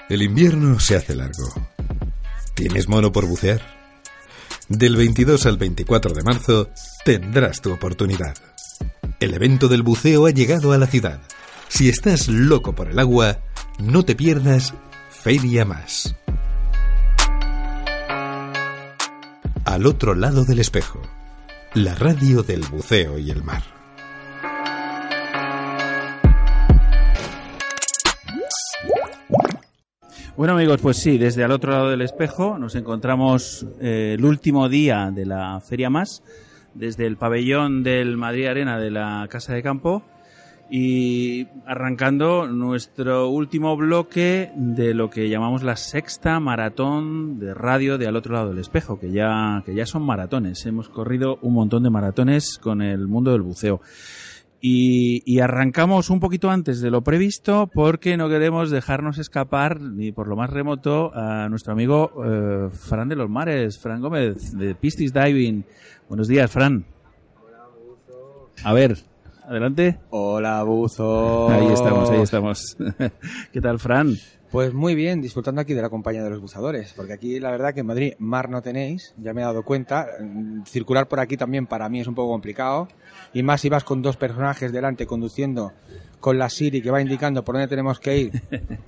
El invierno se hace largo. ¿Tienes mono por bucear? Del 22 al 24 de marzo tendrás tu oportunidad. El evento del buceo ha llegado a la ciudad. Si estás loco por el agua, no te pierdas Feria Más. Al otro lado del espejo, la radio del buceo y el mar. Bueno amigos, pues sí, desde al otro lado del espejo nos encontramos el último día de la Feria Más, desde el pabellón del Madrid Arena de la Casa de Campo y arrancando nuestro último bloque de lo que llamamos la sexta maratón de radio de al otro lado del espejo, que ya son maratones. Hemos corrido un montón de maratones con el mundo del buceo. Y arrancamos un poquito antes de lo previsto porque no queremos dejarnos escapar ni por lo más remoto a nuestro amigo Fran de los Mares, Fran Gómez de Piscis Diving. Buenos días, Fran. Hola, Buzo. A ver, adelante. Hola, Buzo. Ahí estamos. ¿Qué tal, Fran? Pues muy bien, disfrutando aquí de la compañía de los buzadores, porque aquí la verdad que en Madrid mar no tenéis, ya me he dado cuenta. Circular por aquí también para mí es un poco complicado, y más si vas con dos personajes delante conduciendo con la Siri que va indicando por dónde tenemos que ir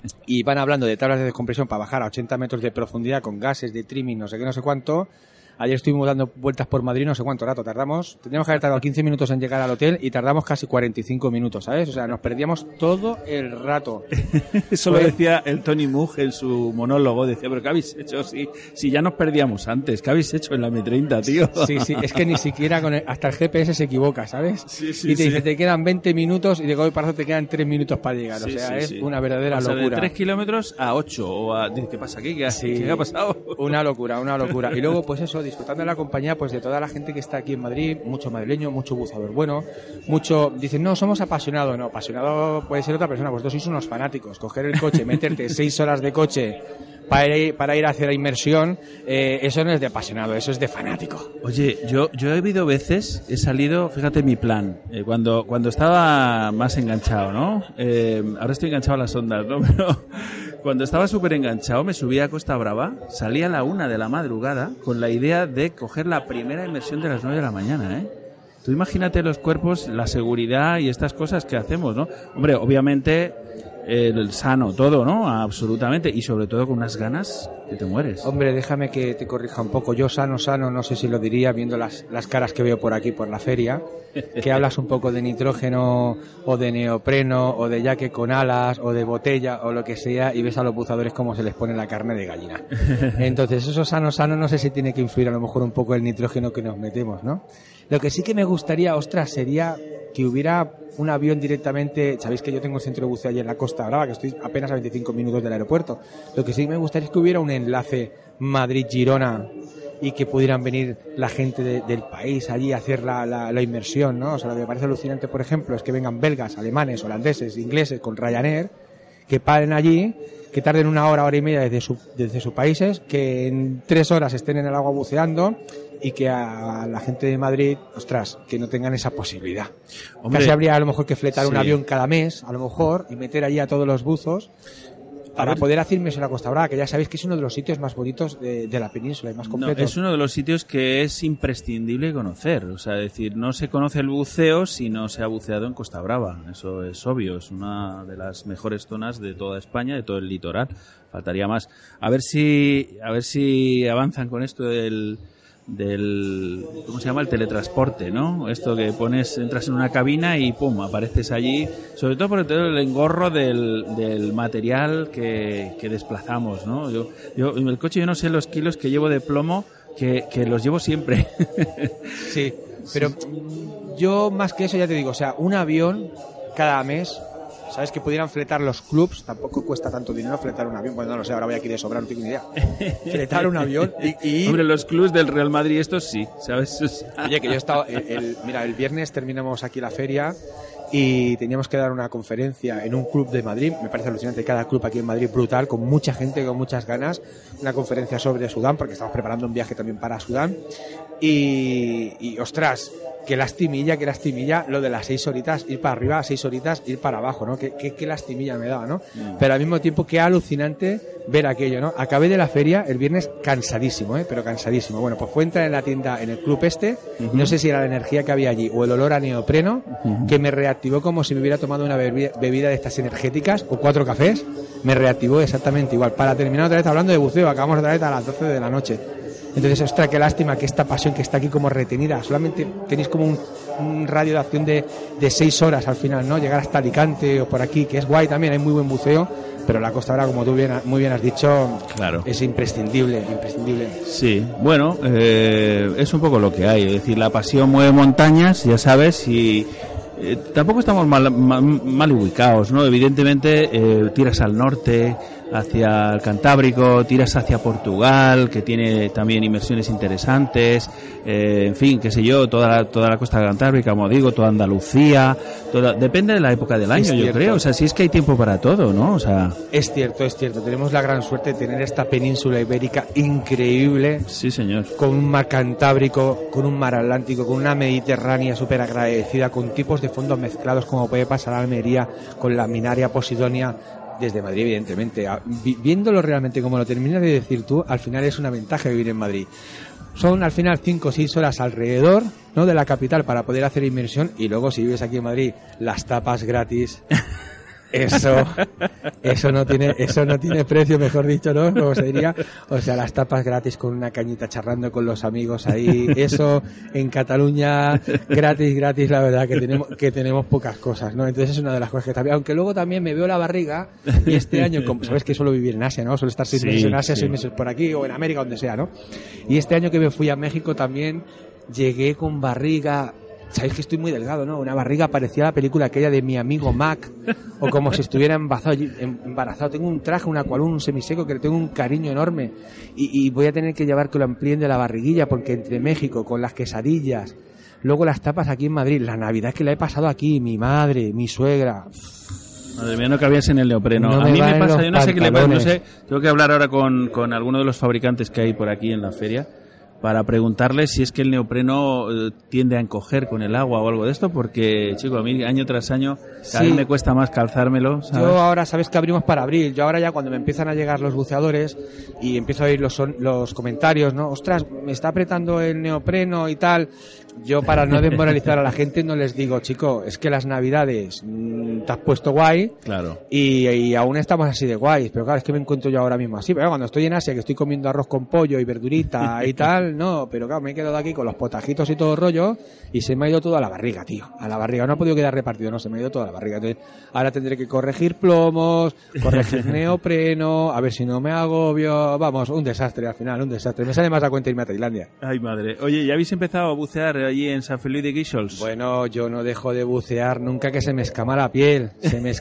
y van hablando de tablas de descompresión para bajar a 80 metros de profundidad con gases de trimming, no sé qué, no sé cuánto. Ayer estuvimos dando vueltas por Madrid, no sé cuánto rato tardamos. Teníamos que haber tardado 15 minutos en llegar al hotel y tardamos casi 45 minutos, ¿sabes? O sea, nos perdíamos todo el rato. Eso lo decía el Tony Moog en su monólogo. Decía, pero ¿qué habéis hecho? Si ya nos perdíamos antes. ¿Qué habéis hecho en la M30, tío? Sí, es que ni siquiera hasta el GPS se equivoca, ¿sabes? Sí, y te dice, te quedan 20 minutos y de golpe para eso te quedan 3 minutos para llegar. O sea, es una verdadera locura. De 3 kilómetros a 8. ¿Qué pasa aquí? ¿Qué ha pasado? Una locura. Y luego, pues eso, disfrutando de la compañía pues de toda la gente que está aquí en Madrid, mucho madrileño, mucho buzador bueno, dicen, no, somos apasionados. No, apasionado puede ser otra persona, vosotros sois unos fanáticos. Coger el coche, meterte 6 horas de coche para ir hacia la inmersión, eso no es de apasionado, eso es de fanático. Oye, yo he habido veces, he salido, fíjate mi plan, cuando estaba más enganchado, ¿no? Ahora estoy enganchado a las ondas, ¿no? Pero cuando estaba súper enganchado me subía a Costa Brava, salía a la 1 de la madrugada con la idea de coger la primera inmersión de las 9 de la mañana, ¿eh? Tú imagínate los cuerpos, la seguridad y estas cosas que hacemos, ¿no? Hombre, obviamente el sano todo, ¿no? Absolutamente. Y sobre todo con unas ganas que te mueres. Hombre, déjame que te corrija un poco. Yo sano, no sé si lo diría viendo las caras que veo por aquí, por la feria, que hablas un poco de nitrógeno o de neopreno o de yaque con alas o de botella o lo que sea y ves a los buzadores cómo se les pone la carne de gallina. Entonces, eso sano, no sé si tiene que influir a lo mejor un poco el nitrógeno que nos metemos, ¿no? Lo que sí que me gustaría, sería que hubiera un avión directamente. Sabéis que yo tengo un centro de buceo allí en la Costa Brava, que estoy apenas a 25 minutos del aeropuerto. Lo que sí me gustaría es que hubiera un enlace Madrid-Girona y que pudieran venir la gente del país allí a hacer la inmersión, ¿no? O sea, lo que me parece alucinante, por ejemplo, es que vengan belgas, alemanes, holandeses, ingleses con Ryanair, que paren allí, que tarden 1 hora, hora y media desde sus países, que en 3 horas estén en el agua buceando y que a la gente de Madrid, que no tengan esa posibilidad. Hombre, casi habría a lo mejor que fletar un avión cada mes, a lo mejor, y meter allí a todos los buzos para poder hacer inmersión a Costa Brava, que ya sabéis que es uno de los sitios más bonitos de la península y más completo. No, es uno de los sitios que es imprescindible conocer. O sea, es decir, no se conoce el buceo si no se ha buceado en Costa Brava. Eso es obvio. Es una de las mejores zonas de toda España, de todo el litoral. Faltaría más. A ver si avanzan con esto del ¿cómo se llama? El teletransporte, ¿no? Esto que entras en una cabina y pum, apareces allí, sobre todo por el engorro del material que desplazamos, ¿no? Yo en el coche yo no sé los kilos que llevo de plomo, que los llevo siempre. Sí, pero yo más que eso ya te digo, o sea, un avión cada mes. ¿Sabes? Que pudieran fletar los clubs, tampoco cuesta tanto dinero fletar un avión. Bueno, no lo sé, ahora voy aquí de sobra, no tengo ni idea. Fletar un avión y... Hombre, los clubs del Real Madrid, estos sí, ¿sabes? Oye, que yo he estado... Mira, el viernes terminamos aquí la feria y teníamos que dar una conferencia en un club de Madrid. Me parece alucinante, cada club aquí en Madrid brutal, con mucha gente, con muchas ganas. Una conferencia sobre Sudán, porque estamos preparando un viaje también para Sudán. Y ostras, qué lastimilla lo de las 6 horitas, ir para arriba, 6 horitas, ir para abajo, ¿no? Qué lastimilla me daba, ¿no? Pero al mismo tiempo, qué alucinante ver aquello, ¿no? Acabé de la feria el viernes cansadísimo, pero cansadísimo. Bueno, pues fue entrar en la tienda, en el club no sé si era la energía que había allí o el olor a neopreno, que me reactivó como si me hubiera tomado una bebida de estas energéticas o 4 cafés, me reactivó exactamente igual. Para terminar otra vez hablando de buceo, acabamos otra vez a las 12 de la noche. Entonces, ostras, qué lástima que esta pasión que está aquí como retenida, solamente tenéis como un radio de acción de 6 horas al final, ¿no? Llegar hasta Alicante o por aquí, que es guay también, hay muy buen buceo, pero la Costa Brava, como tú muy bien has dicho, claro, es imprescindible. Sí, bueno, es un poco lo que hay, es decir, la pasión mueve montañas, ya sabes, y tampoco estamos mal ubicados, ¿no? Evidentemente, tiras al norte, hacia el Cantábrico, tiras hacia Portugal, que tiene también inmersiones interesantes, en fin, qué sé yo, toda la costa cantábrica, como digo, toda Andalucía, depende de la época del año, yo creo, o sea, si es que hay tiempo para todo, ¿no? O sea, es cierto, tenemos la gran suerte de tener esta península ibérica increíble. Sí, señor. Con un mar Cantábrico, con un mar Atlántico, con una Mediterránea súper agradecida, con tipos de fondos mezclados como puede pasar a Almería, con la Minaria Posidonia, desde Madrid, evidentemente. Viéndolo realmente como lo terminas de decir tú, al final es una ventaja vivir en Madrid. Son al final 5 o 6 horas alrededor, ¿no?, de la capital para poder hacer inmersión, y luego si vives aquí en Madrid, las tapas gratis. Eso no tiene precio, mejor dicho, ¿no? Como se diría. O sea, las tapas gratis con una cañita charlando con los amigos ahí. Eso en Cataluña gratis, la verdad que tenemos pocas cosas, ¿no? Entonces es una de las cosas que también, aunque luego también me veo la barriga, y este año, como sabes que suelo vivir en Asia, ¿no? Suelo estar 6 meses en Asia, 6 meses por aquí o en América, donde sea, ¿no? Y este año que me fui a México también llegué con barriga. Sabéis que estoy muy delgado, ¿no? Una barriga parecía la película aquella de Mi amigo Mac, o como si estuviera embarazado. Tengo un traje, un aqualún, un semiseco, que le tengo un cariño enorme, y voy a tener que llevar que lo amplíen de la barriguilla, porque entre México, con las quesadillas, luego las tapas aquí en Madrid, la Navidad que la he pasado aquí, mi madre, mi suegra. Madre mía, no cabías en el neopreno. No a mí me pasa, yo no sé qué le pasa, no sé, tengo que hablar ahora con alguno de los fabricantes que hay por aquí en la feria, para preguntarle si es que el neopreno tiende a encoger con el agua o algo de esto, porque, chico, a mí año tras año a mí me cuesta más calzármelo, ¿sabes? Yo ahora, sabes que abrimos para abril, yo ahora ya cuando me empiezan a llegar los buceadores y empiezo a oír los comentarios, ¿no? Ostras, me está apretando el neopreno y tal. Yo, para no desmoralizar a la gente, no les digo, chico, es que las Navidades te has puesto guay, claro, y aún estamos así de guays, pero claro, es que me encuentro yo ahora mismo así, pero cuando estoy en Asia, que estoy comiendo arroz con pollo y verdurita y tal, no, pero claro, me he quedado aquí con los potajitos y todo el rollo, y se me ha ido todo a la barriga, tío, a la barriga, no ha podido quedar repartido, no, se me ha ido todo a la barriga. Entonces, ahora tendré que corregir plomos, corregir neopreno, a ver si no me agobio, vamos, un desastre al final, un desastre, me sale más a cuenta irme a Tailandia. Ay, madre. Oye, ¿ya habéis empezado a bucear allí en San Feliu de Guíxols? Bueno, yo no dejo de bucear nunca, que se me escama la piel,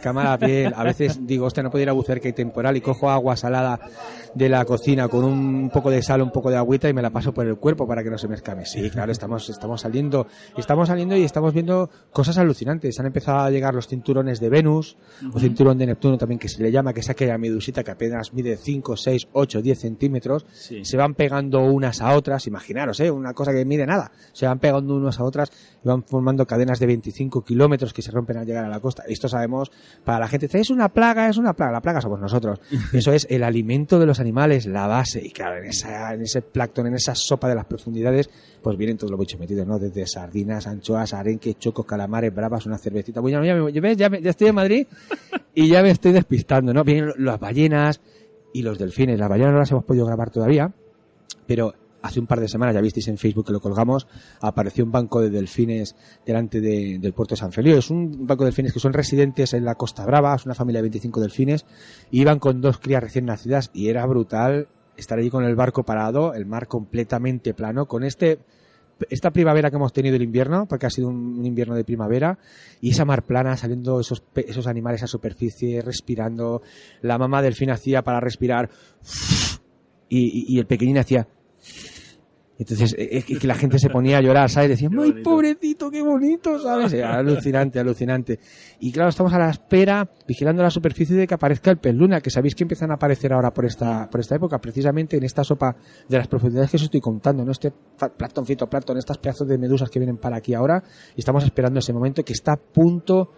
a veces digo, hostia, no puedo ir a bucear que hay temporal, y cojo agua salada de la cocina con un poco de sal, un poco de agüita, y me la paso por el cuerpo para que no se me escame. Sí, claro, estamos saliendo y estamos viendo cosas alucinantes. Han empezado a llegar los cinturones de Venus, o cinturón de Neptuno también, que se le llama, que es aquella medusita que apenas mide 5, 6, 8, 10 centímetros, se van pegando unas a otras, imaginaros, una cosa que mide nada, se van pegando unas a otras y van formando cadenas de 25 kilómetros que se rompen al llegar a la costa. Esto sabemos, para la gente, es una plaga, la plaga somos nosotros. Eso es el alimento de los animales, la base, y claro, en ese plancton, en esa sopa de las profundidades, pues vienen todos los bichos metidos, ¿no? Desde sardinas, anchoas, arenques, chocos, calamares, bravas, una cervecita. Bueno, ya estoy en Madrid y ya me estoy despistando, ¿no? Vienen las ballenas y los delfines. Las ballenas no las hemos podido grabar todavía, pero hace un par de semanas, ya visteis en Facebook que lo colgamos, apareció un banco de delfines delante del puerto de San Feliu. Es un banco de delfines que son residentes en la Costa Brava, es una familia de 25 delfines, y iban con 2 crías recién nacidas, y era brutal estar allí con el barco parado, el mar completamente plano, con esta primavera que hemos tenido el invierno, porque ha sido un invierno de primavera, y esa mar plana, saliendo esos animales a superficie, respirando. La mamá delfín hacía para respirar, y el pequeñín hacía, Entonces, es que la gente se ponía a llorar, ¿sabes? Decían, ¡ay, pobrecito, qué bonito! ¿Sabes? Alucinante, alucinante. Y claro, estamos a la espera, vigilando la superficie de que aparezca el pez luna, que sabéis que empiezan a aparecer ahora por esta época, precisamente en esta sopa de las profundidades que os estoy contando, ¿no? Este plancton, fitoplancton, estas pedazos de medusas que vienen para aquí ahora, y estamos esperando ese momento que está a punto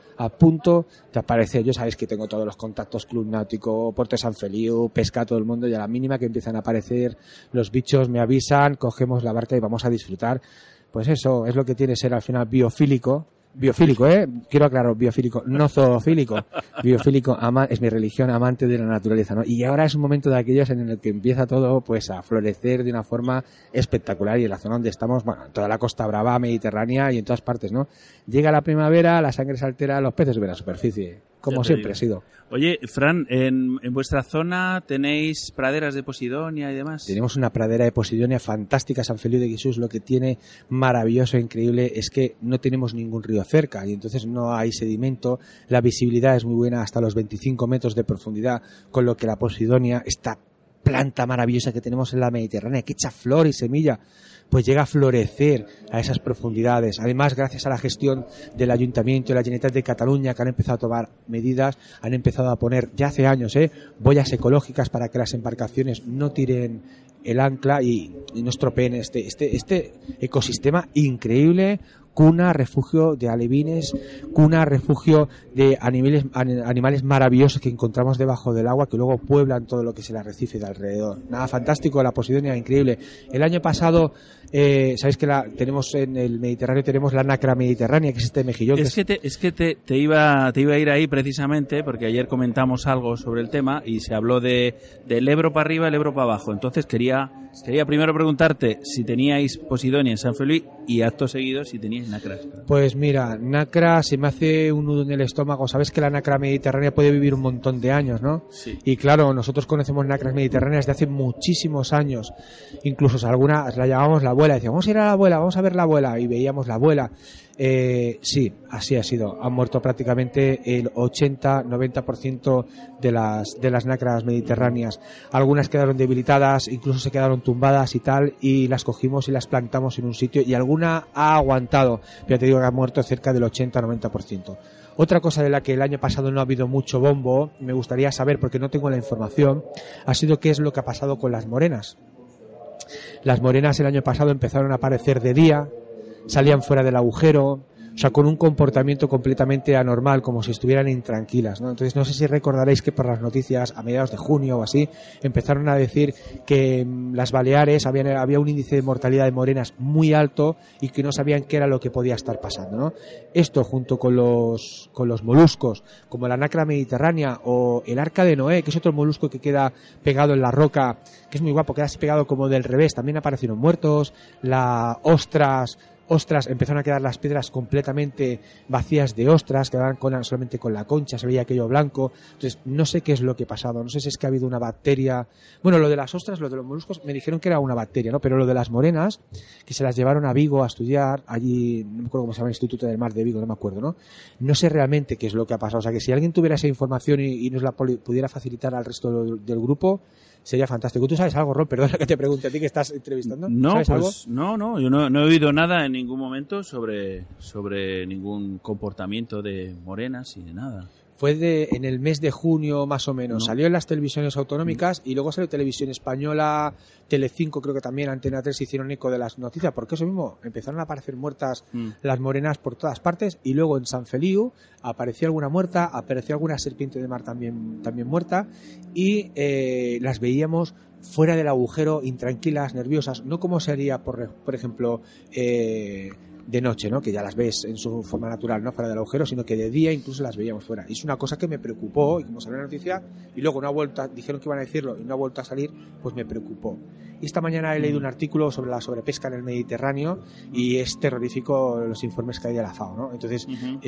de aparecer. Yo sabéis que tengo todos los contactos, Club Náutico, Puerto de San Feliu, pesca, todo el mundo, y a la mínima que empiezan a aparecer los bichos me avisan, cogemos la barca y vamos a disfrutar. Pues eso es lo que tiene ser al final biofílico, quiero aclarar, biofílico, no zoofílico. Biofílico es mi religión, amante de la naturaleza, ¿no? Y ahora es un momento de aquellos en el que empieza todo pues a florecer de una forma espectacular, y en la zona donde estamos, bueno, toda la Costa Brava, Mediterránea y en todas partes, ¿no? Llega la primavera, la sangre se altera, los peces suben a la superficie, como siempre ha sido. Oye, Fran, en vuestra zona tenéis praderas de Posidonia y demás. Tenemos una pradera de Posidonia fantástica, San Feliu de Guíxols. Lo que tiene maravilloso e increíble es que no tenemos ningún río cerca y entonces no hay sedimento, la visibilidad es muy buena hasta los 25 metros de profundidad, con lo que la Posidonia, esta planta maravillosa que tenemos en la Mediterránea, que echa flor y semilla, pues llega a florecer a esas profundidades. Además, gracias a la gestión del Ayuntamiento y la Generalitat de Cataluña, que han empezado a tomar medidas, han empezado a poner, ya hace años, boyas ecológicas para que las embarcaciones no tiren el ancla y no estropeen este ecosistema increíble, cuna, refugio de alevines, cuna, refugio de animales maravillosos que encontramos debajo del agua, que luego pueblan todo lo que es el arrecife de alrededor. Nada, fantástico, la Posidonia, increíble. El año pasado, sabéis que tenemos en el Mediterráneo, tenemos la nacra mediterránea, que es este mejillón. Es que te iba a ir ahí precisamente, porque ayer comentamos algo sobre el tema y se habló del Ebro para arriba, el Ebro para abajo. Entonces quería primero preguntarte si teníais Posidonia en San Feliu y acto seguido si teníais nacras. Pues mira, nacra, se me hace un nudo en el estómago. Sabes que la nacra mediterránea puede vivir un montón de años, ¿no? Sí. Y claro, nosotros conocemos nacras mediterráneas de hace muchísimos años. Incluso algunas la llamábamos la abuela. Decíamos, vamos a ir a la abuela, vamos a ver la abuela. Y veíamos la abuela. Sí, así ha sido. Han muerto prácticamente el 80-90% de las nacras mediterráneas. Algunas quedaron debilitadas, incluso se quedaron tumbadas y tal, y las cogimos y las plantamos en un sitio, y alguna ha aguantado, pero te digo que ha muerto cerca del 80-90%. Otra cosa de la que el año pasado no ha habido mucho bombo, me gustaría saber, porque no tengo la información, ha sido qué es lo que ha pasado con las morenas. Las morenas el año pasado empezaron a aparecer de día, salían fuera del agujero, o sea, con un comportamiento completamente anormal, como si estuvieran intranquilas, ¿no? Entonces, no sé si recordaréis que por las noticias a mediados de junio o así empezaron a decir que las Baleares había un índice de mortalidad de morenas muy alto y que no sabían qué era lo que podía estar pasando, ¿no? Esto, junto con los moluscos, como la nacra mediterránea o el arca de Noé, que es otro molusco que queda pegado en la roca, que es muy guapo, queda así pegado como del revés, también aparecieron muertos, ostras, empezaron a quedar las piedras completamente vacías de ostras, quedaban solamente con la concha, se veía aquello blanco. Entonces, no sé qué es lo que ha pasado, no sé si es que ha habido una bacteria. Bueno, lo de las ostras, lo de los moluscos, me dijeron que era una bacteria, ¿no? Pero lo de las morenas, que se las llevaron a Vigo a estudiar, allí, no me acuerdo cómo se llama, el Instituto del Mar de Vigo, no me acuerdo, ¿no? No sé realmente qué es lo que ha pasado, o sea, que si alguien tuviera esa información y nos la pudiera facilitar al resto del grupo, sería fantástico. ¿Tú sabes algo, Rob? Perdona que te pregunte a ti que estás entrevistando. No, ¿sabes algo? No, yo no he oído nada en ningún momento sobre ningún comportamiento de morenas y de nada. Fue en el mes de junio más o menos. No. Salió en las televisiones autonómicas y luego salió Televisión Española, Telecinco, creo que también Antena 3 hicieron eco de las noticias, porque eso mismo, empezaron a aparecer muertas las morenas por todas partes, y luego en San Feliu apareció alguna muerta, apareció alguna serpiente de mar también muerta, y las veíamos fuera del agujero, intranquilas, nerviosas, no como sería, por ejemplo, de noche, ¿no? Que ya las ves en su forma natural, no fuera del agujero, sino que de día incluso las veíamos fuera. Y es una cosa que me preocupó, y como salió la noticia y luego no ha vuelto, dijeron que iban a decirlo y no ha vuelto a salir, pues me preocupó. Y esta mañana he leído un artículo sobre la sobrepesca en el Mediterráneo y es terrorífico los informes que hay de la FAO, ¿no? Entonces,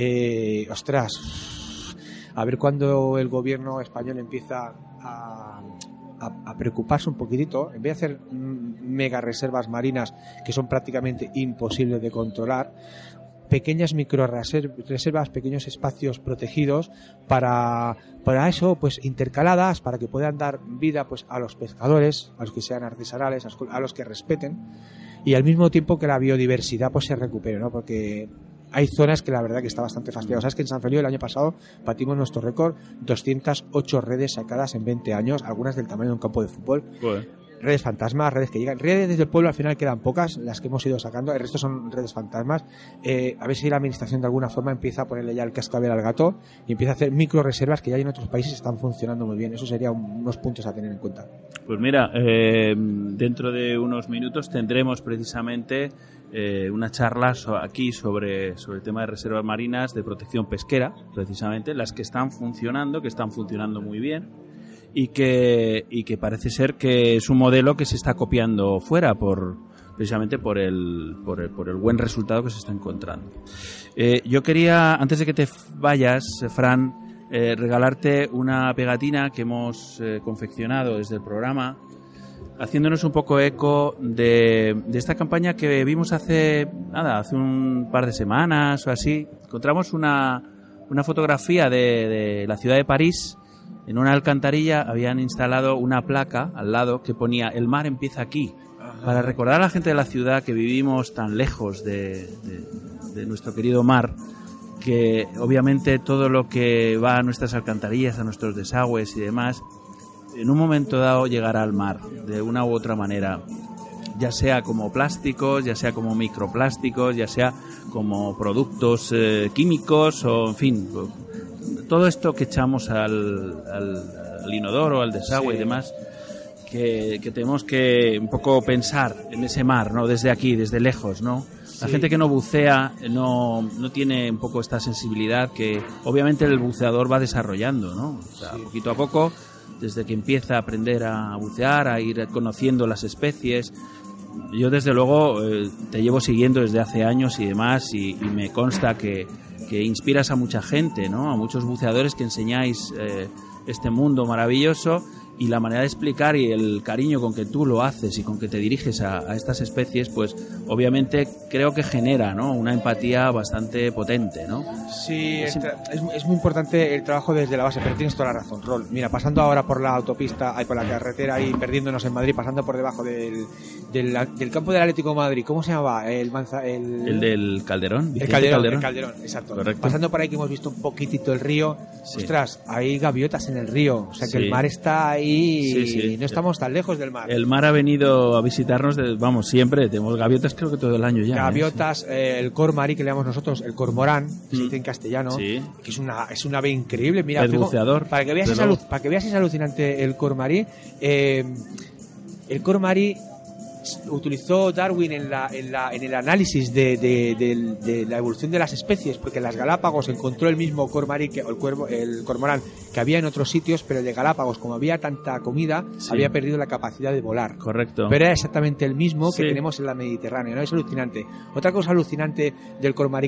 ostras, a ver cuándo el gobierno español empieza a preocuparse un poquitito, en vez de hacer mega reservas marinas que son prácticamente imposibles de controlar, pequeñas microreservas, pequeños espacios protegidos para eso, pues intercaladas, para que puedan dar vida pues a los pescadores, a los que sean artesanales, a los que respeten, y al mismo tiempo que la biodiversidad pues se recupere, ¿no? Porque hay zonas que la verdad que está bastante fastidiado. Sabes que en San Feliu el año pasado batimos nuestro récord, 208 redes sacadas en 20 años, algunas del tamaño de un campo de fútbol. Joder. Redes fantasmas, redes que llegan. Redes desde el pueblo al final quedan pocas, las que hemos ido sacando. El resto son redes fantasmas. A ver si la administración de alguna forma empieza a ponerle ya el cascabel al gato y empieza a hacer micro reservas que ya en otros países están funcionando muy bien. Eso sería unos puntos a tener en cuenta. Pues mira, dentro de unos minutos tendremos precisamente una charla aquí sobre el tema de reservas marinas de protección pesquera, precisamente, las que están funcionando muy bien. Y que parece ser que es un modelo que se está copiando fuera precisamente por el buen resultado que se está encontrando. Yo quería, antes de que te vayas, Fran, regalarte una pegatina que hemos confeccionado desde el programa, haciéndonos un poco eco de esta campaña que vimos hace un par de semanas o así. Encontramos una fotografía de la ciudad de París. En una alcantarilla habían instalado una placa al lado que ponía "El mar empieza aquí", para recordar a la gente de la ciudad que vivimos tan lejos de nuestro querido mar, que obviamente todo lo que va a nuestras alcantarillas, a nuestros desagües y demás, en un momento dado llegará al mar, de una u otra manera, ya sea como plásticos, ya sea como microplásticos, ya sea como productos químicos o, en fin, todo esto que echamos al inodoro, al desagüe y demás, que tenemos que un poco pensar en ese mar, ¿no? Desde aquí, desde lejos, ¿no? La gente que no bucea no tiene un poco esta sensibilidad que obviamente el buceador va desarrollando, ¿no? O sea, poquito a poco, desde que empieza a aprender a bucear, a ir conociendo las especies. Yo desde luego te llevo siguiendo desde hace años y demás, y me consta que inspiras a mucha gente, ¿no? A muchos buceadores que enseñáis este mundo maravilloso, y la manera de explicar y el cariño con que tú lo haces y con que te diriges a estas especies, pues obviamente creo que genera, ¿no? Una empatía bastante potente, ¿no? Sí, es muy importante el trabajo desde la base, pero tienes toda la razón, Rol. Mira, pasando ahora por la autopista, por la carretera y perdiéndonos en Madrid, pasando por debajo del campo del Atlético de Madrid, ¿cómo se llamaba? El del Calderón. El Calderón, exacto. Correcto. Pasando por ahí que hemos visto un poquitito el río, ostras, hay gaviotas en el río, o sea que el mar está ahí y no estamos tan lejos del mar. El mar ha venido a visitarnos, siempre, tenemos gaviotas creo que todo el año ya. Gaviotas, el cormarí que le llamamos nosotros, el cormorán, que se dice en castellano, que es un ave increíble. Mira, el buceador. Para que veas es alucinante el cormarí. El cormarí utilizó Darwin en el análisis de la evolución de las especies, porque en las Galápagos encontró el mismo cormarí el cormorán que había en otros sitios, pero el de Galápagos, como había tanta comida, había perdido la capacidad de volar. Correcto. Pero era exactamente el mismo que tenemos en la Mediterránea, ¿no? Es alucinante. Otra cosa alucinante del cormorán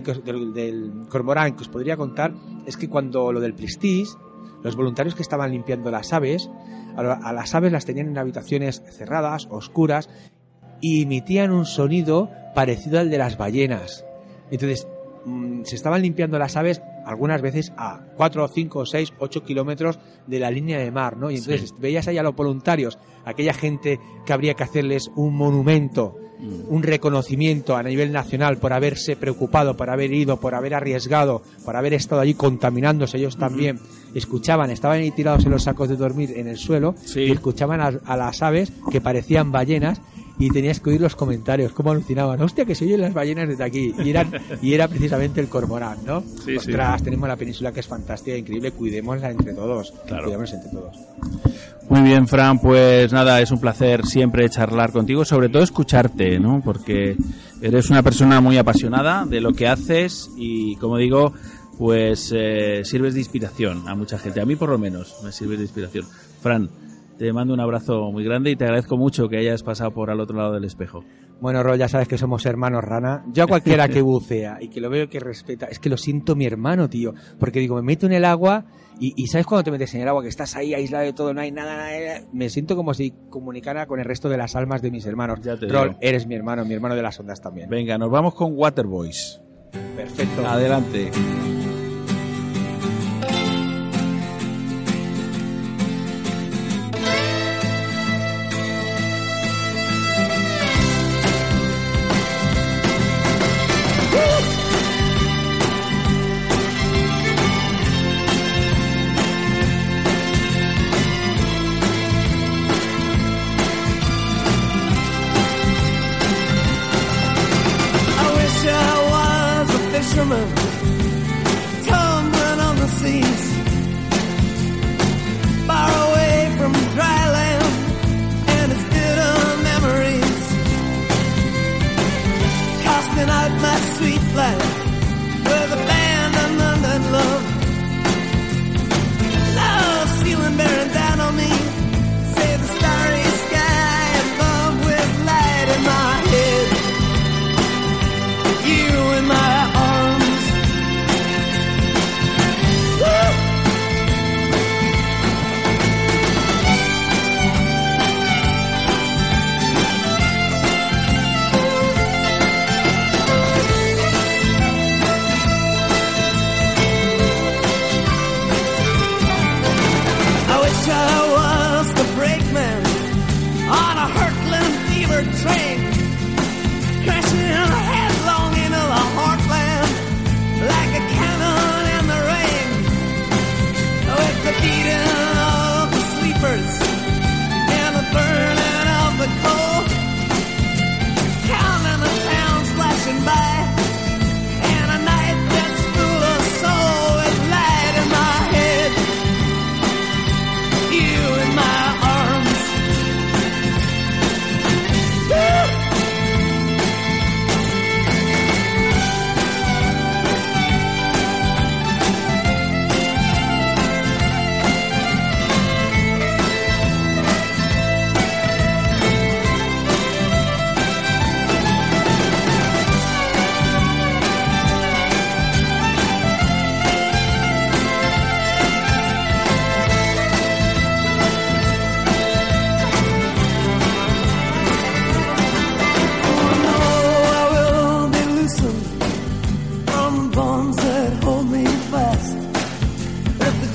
que os podría contar es que cuando lo del Prestige, los voluntarios que estaban limpiando las aves, a las aves las tenían en habitaciones cerradas, oscuras, y emitían un sonido parecido al de las ballenas. Entonces se estaban limpiando las aves algunas veces a 4, 5, 6, 8 kilómetros de la línea de mar, ¿no? Y entonces veías ahí a los voluntarios, aquella gente que habría que hacerles un monumento, un reconocimiento a nivel nacional por haberse preocupado, por haber ido, por haber arriesgado, por haber estado allí contaminándose ellos también. Estaban ahí tirados en los sacos de dormir en el suelo y escuchaban a las aves que parecían ballenas, y tenías que oír los comentarios, cómo alucinaban. Hostia, que se oyen las ballenas desde aquí. Y era precisamente el cormorán, ¿no? Ostras, tenemos la península que es fantástica, increíble, cuidémosla entre todos. Claro. Cuidémosla entre todos. Muy bien, Fran, pues nada, es un placer siempre charlar contigo, sobre todo escucharte, ¿no? Porque eres una persona muy apasionada de lo que haces y, como digo, pues sirves de inspiración a mucha gente. A mí, por lo menos, me sirves de inspiración. Fran, te mando un abrazo muy grande y te agradezco mucho que hayas pasado por al otro lado del espejo. Bueno, Ro, ya sabes que somos hermanos rana. Yo a cualquiera que bucea y que lo veo que respeta, es que lo siento mi hermano, tío. Porque digo, me meto en el agua y ¿sabes cuando te metes en el agua? Que estás ahí aislado de todo, no hay nada. Me siento como si comunicara con el resto de las almas de mis hermanos. Ro, eres mi hermano de las ondas también. Venga, nos vamos con Waterboys. Perfecto. Adelante.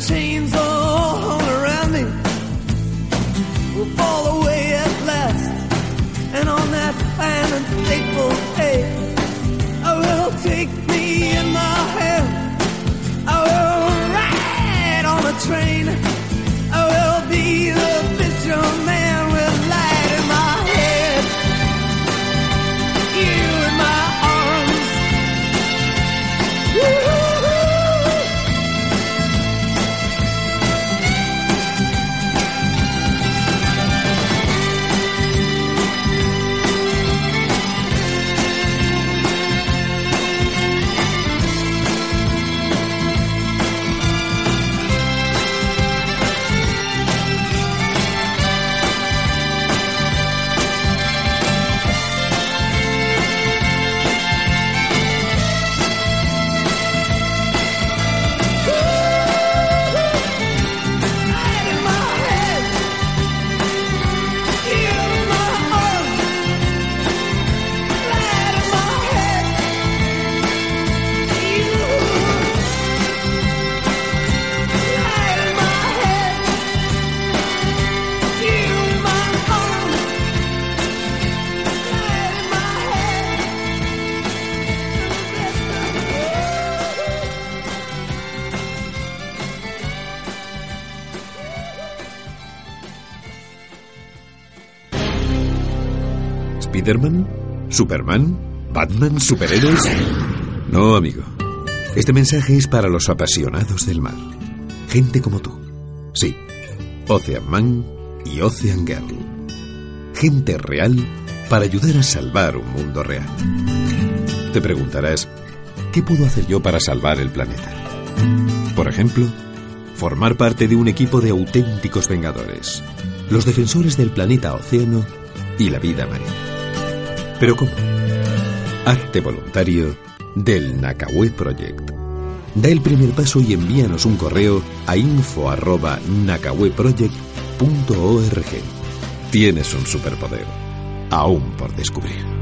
chains all around me will fall away at last. And on that fine and fateful day, I will take me in my hand. I will ride on a train. I will be the fisherman with light in my head, you in my arms. Woo-hoo. ¿Spiderman? ¿Superman? ¿Batman? ¿Superhéroes? No, amigo. Este mensaje es para los apasionados del mar. Gente como tú. Sí, Ocean Man y Ocean Girl. Gente real para ayudar a salvar un mundo real. Te preguntarás, ¿qué puedo hacer yo para salvar el planeta? Por ejemplo, formar parte de un equipo de auténticos vengadores, los defensores del planeta océano y la vida marina. ¿Pero cómo? Hazte voluntario del Nakawé Project. Da el primer paso y envíanos un correo a info@nakaweproject.org. Tienes un superpoder, aún por descubrir.